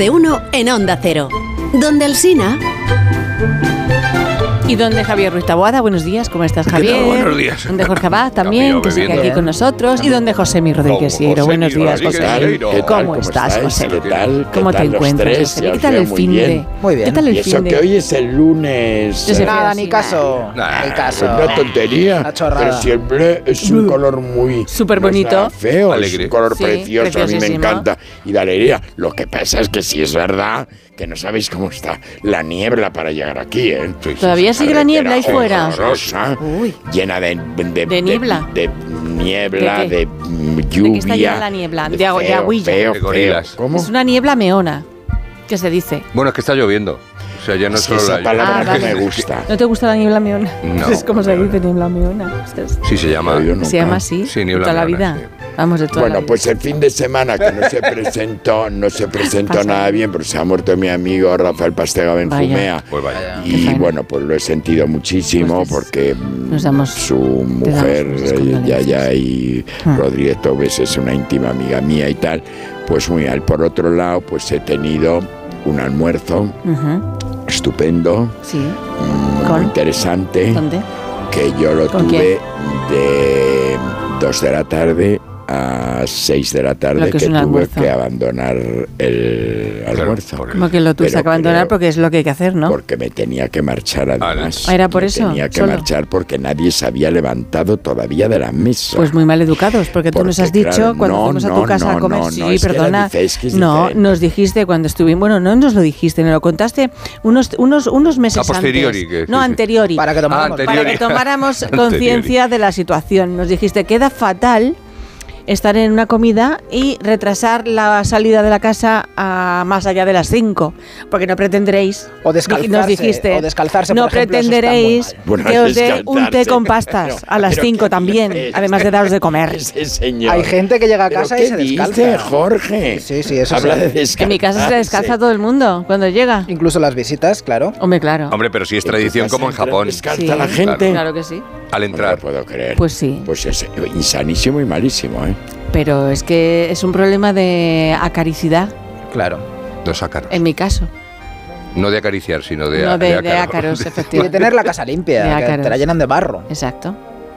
de uno en Onda Cero. Donde Alsina. Y donde Javier Ruiz Taboada, buenos días, ¿cómo estás, Javier? Buenos días. Donde Jorge Abad también, que sigue aquí con nosotros. Y donde Josemi Rodríguez Siero, buenos días, José. ¿Cómo estás, José? ¿Qué tal? ¿Cómo te encuentras, José? ¿Qué tal el fin de? Muy bien. ¿Qué tal el y eso fin de? que hoy es el lunes. Yo sé, Nada, sí, ni caso. Ni caso. Una tontería. Una chorrada. Pero siempre es un color muy... Súper no es bonito. nada feo, Alegre. es un color Sí, precioso, a mí me preciosísimo. encanta. Y de alegría. Lo que pasa es que sí es verdad que no sabéis cómo está la niebla para llegar aquí, ¿eh? ¿Todavía sigue la niebla ahí fuera? Horrorosa, Uy. llena de niebla. De niebla, ¿De qué? de lluvia. ¿De qué está llena la niebla? De agüilla. Feo, De gorilas. ¿Cómo? Es una niebla meona, que se dice. Bueno, es que está lloviendo. O sea, ya no Es que solo esa la palabra Ah, no vale. me gusta. ¿No te gusta la niebla meona? No. Es como se dice niebla meona. Sí, se llama. Yo nunca. Se llama así. Sí, niebla toda la meona, vida. sí. Vamos, de toda la Bueno, vida. pues el fin de semana que no se presentó Pasa. nada bien, pero se ha muerto mi amigo Rafael Pastega Benjumea. Pues vaya. Qué Y faena. bueno, pues lo he sentido muchísimo Pues porque nos damos- su te damos mujer, nuestras condolencias. Yaya y Rodríguez Tobes, es una íntima amiga mía y tal. Pues muy mal. Por otro lado, pues he tenido un almuerzo Ujú, estupendo, sí. muy ¿Con? interesante, ¿Dónde? que yo lo ¿Con tuve de 2 de la tarde a 6 de la tarde, Lo que es que un tuve almuerzo. que abandonar el almuerzo. Como que lo tuviste Pero que abandonar creo- porque es lo que hay que hacer, ¿no? Porque me tenía que marchar además. Ah, ¿era por Me eso? Tenía que Solo. marchar porque nadie se había levantado todavía de la mesa. Pues muy mal educados, porque tú nos has Porque, dicho claro, cuando no, fuimos a tu no, casa no, a comer. no, Sí, no, es que perdona. la dice, es que es No, diferente. nos dijiste cuando estuvimos. Bueno, no nos lo dijiste, nos lo contaste unos meses A posteriori, antes. que- No, sí, sí. anteriori. Para que tomáramos. anteriori. Para que tomáramos Anteriori. conciencia de la situación. Nos dijiste, queda fatal estar en una comida y retrasar la salida de la casa a más allá de las 5, porque no pretenderéis, O descalzarse, nos dijiste, o descalzarse, no por ejemplo, eso está muy pretenderéis mal. Bueno, que os dé un té descalzarse, con pastas pero- a las pero 5 ¿qué también, dices? además de daros de comer. Ese señor. Hay gente que llega a ¿Pero casa qué y se descalza. dice, Jorge? Sí, sí, eso Habla sí. de descalzarse. En mi casa se descalza todo el mundo cuando llega. Incluso las visitas, claro. Hombre, claro. Hombre, pero sí es ¿En tu tradición casa como en entra Japón. ¿Descalza Sí, la gente? Claro que sí. Al No entrar. lo puedo creer. Pues sí. Pues es insanísimo y malísimo, ¿eh? Pero es que es un problema de acaricidad, Claro. Dos ácaros. en mi caso. No de acariciar, sino de, No de ácaro. ácaros, Y de efectivamente. tener la casa limpia, De que ácaros. te la llenan de barro. Exacto.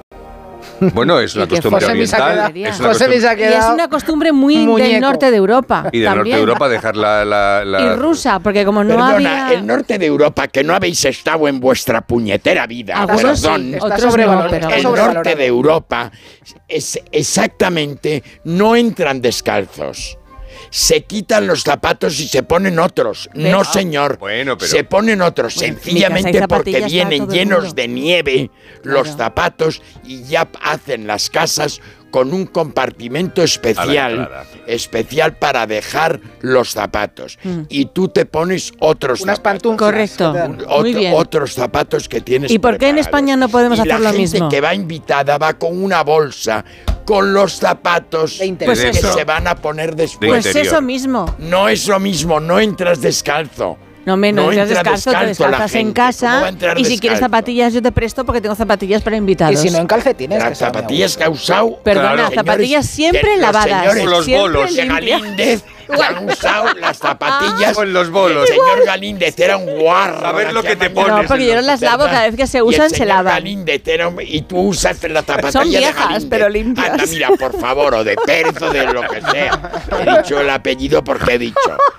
Bueno, es una Y que costumbre José se ha oriental. quedado- Es una José costumbre- se ha Y es quedado una costumbre muy del muñeco. norte de Europa. Y del norte también. de Europa dejar la... Y rusa, porque como no Perdona, había... el norte de Europa, que no habéis estado en vuestra puñetera vida, Algunos sí, perdón. Está otros no, sobrevalorado, pero... está El sobrevalorado. norte de Europa es exactamente, no entran descalzos. Se quitan los zapatos y se ponen otros. ¿Ves? No, señor. Bueno, pero- Se ponen otros, Bueno, en mi casa sencillamente hay porque zapatillas para vienen todo el llenos mundo. de nieve los Claro. zapatos y ya hacen las casas con un compartimento especial, especial para dejar los zapatos. Y tú te pones otros Unas zapatos. pantuflas. Correcto. que te dan. Muy bien. Otros zapatos que tienes. ¿Y por qué en preparados. España no podemos Y hacer lo la gente mismo? que va invitada va con una bolsa con los zapatos De interior. que Pues eso. se van a poner después. Pues interior. eso mismo. No es lo mismo, no entras descalzo. No menos, No entras entra descalzo, te descalzo la descalzas en gente. ¿Cómo va a casa entrar y si quieres descalzo? zapatillas yo te presto porque tengo zapatillas para Y invitados. si no en calcetines. Las que saben a zapatillas gusto. que ha usado. Perdona, Claro. zapatillas Señores, siempre que los lavadas, señores, los siempre bolos de limpias. Galíndez que han usado las zapatillas. Con los bolos. El señor Galíndez era un guarro. A ver lo que te mañana. pones. No, porque yo no las lavo, cada vez que se Y el usan se señor lavan. Galíndez era y tú usas la zapatilla Son de viejas, Galíndez. pero limpias. Anda, mira, por favor, o de Pérez o de lo que sea. He dicho el apellido porque he dicho.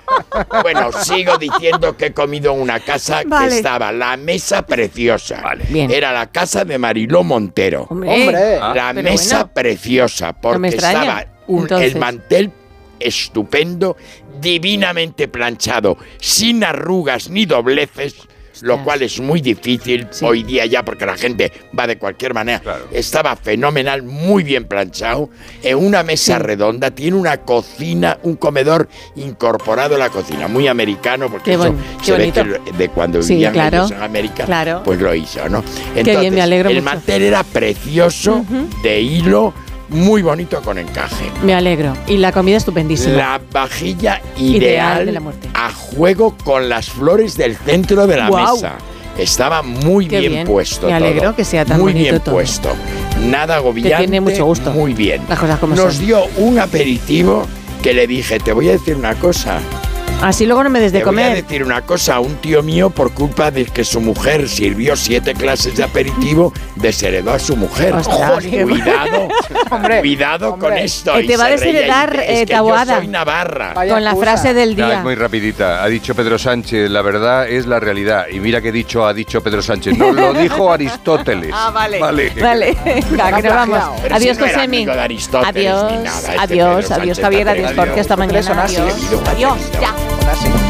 Bueno, sigo diciendo que he comido en una casa Vale. que estaba la mesa preciosa. Bien. Era la casa de Mariló Montero. Hombre. La pero mesa bueno. preciosa, porque me extraña. estaba Entonces. el mantel estupendo, divinamente planchado, sin arrugas ni dobleces, lo Ostras. cual es muy difícil Sí. hoy día ya porque la gente va de cualquier manera. Claro. Estaba fenomenal, muy bien planchado, en una mesa redonda, tiene una cocina, un comedor incorporado a la cocina, muy americano, porque Qué eso qué se ve bonito. que de cuando Sí, vivían claro, ellos en América, claro. pues lo hizo, ¿no? bien, me alegro el mucho. mantel era precioso, de hilo, muy bonito con encaje. Me alegro. Y la comida estupendísima. La vajilla Ideal ideal de la muerte. a juego con las flores del centro de la Guau. mesa. Estaba muy Qué bien, bien. puesto Me alegro todo. que sea tan muy bonito bien todo. puesto. Nada agobiante. tiene mucho gusto. Muy bien. Las cosas como Nos son. dio un aperitivo que le dije, te voy a decir una cosa. Así luego no me des de Te voy a comer. decir una cosa, un tío mío, por culpa de que su mujer sirvió 7 clases de aperitivo, desheredó a su mujer. Ostras, qué- Cuidado, Hombre, cuidado hombre. con esto. Y te va a se reía y desheredar, dice, es que Taboada. yo soy Navarra. Vaya Con la excusa. frase del No, día. es muy rapidita. Ha dicho Pedro Sánchez, la verdad es la realidad. Y mira que ha dicho Pedro Sánchez. No, lo dijo Aristóteles. Vale. Vale. Vale. Venga, que nos vamos. Pero Adiós, si no era Josemi. amigo de Aristóteles Adiós. ni nada, este Adiós, Pedro adiós, Sánchez Javier. Tapia. Adiós, Jorge. Hasta mañana. Son así. Adiós. Adiós. Ya. Así.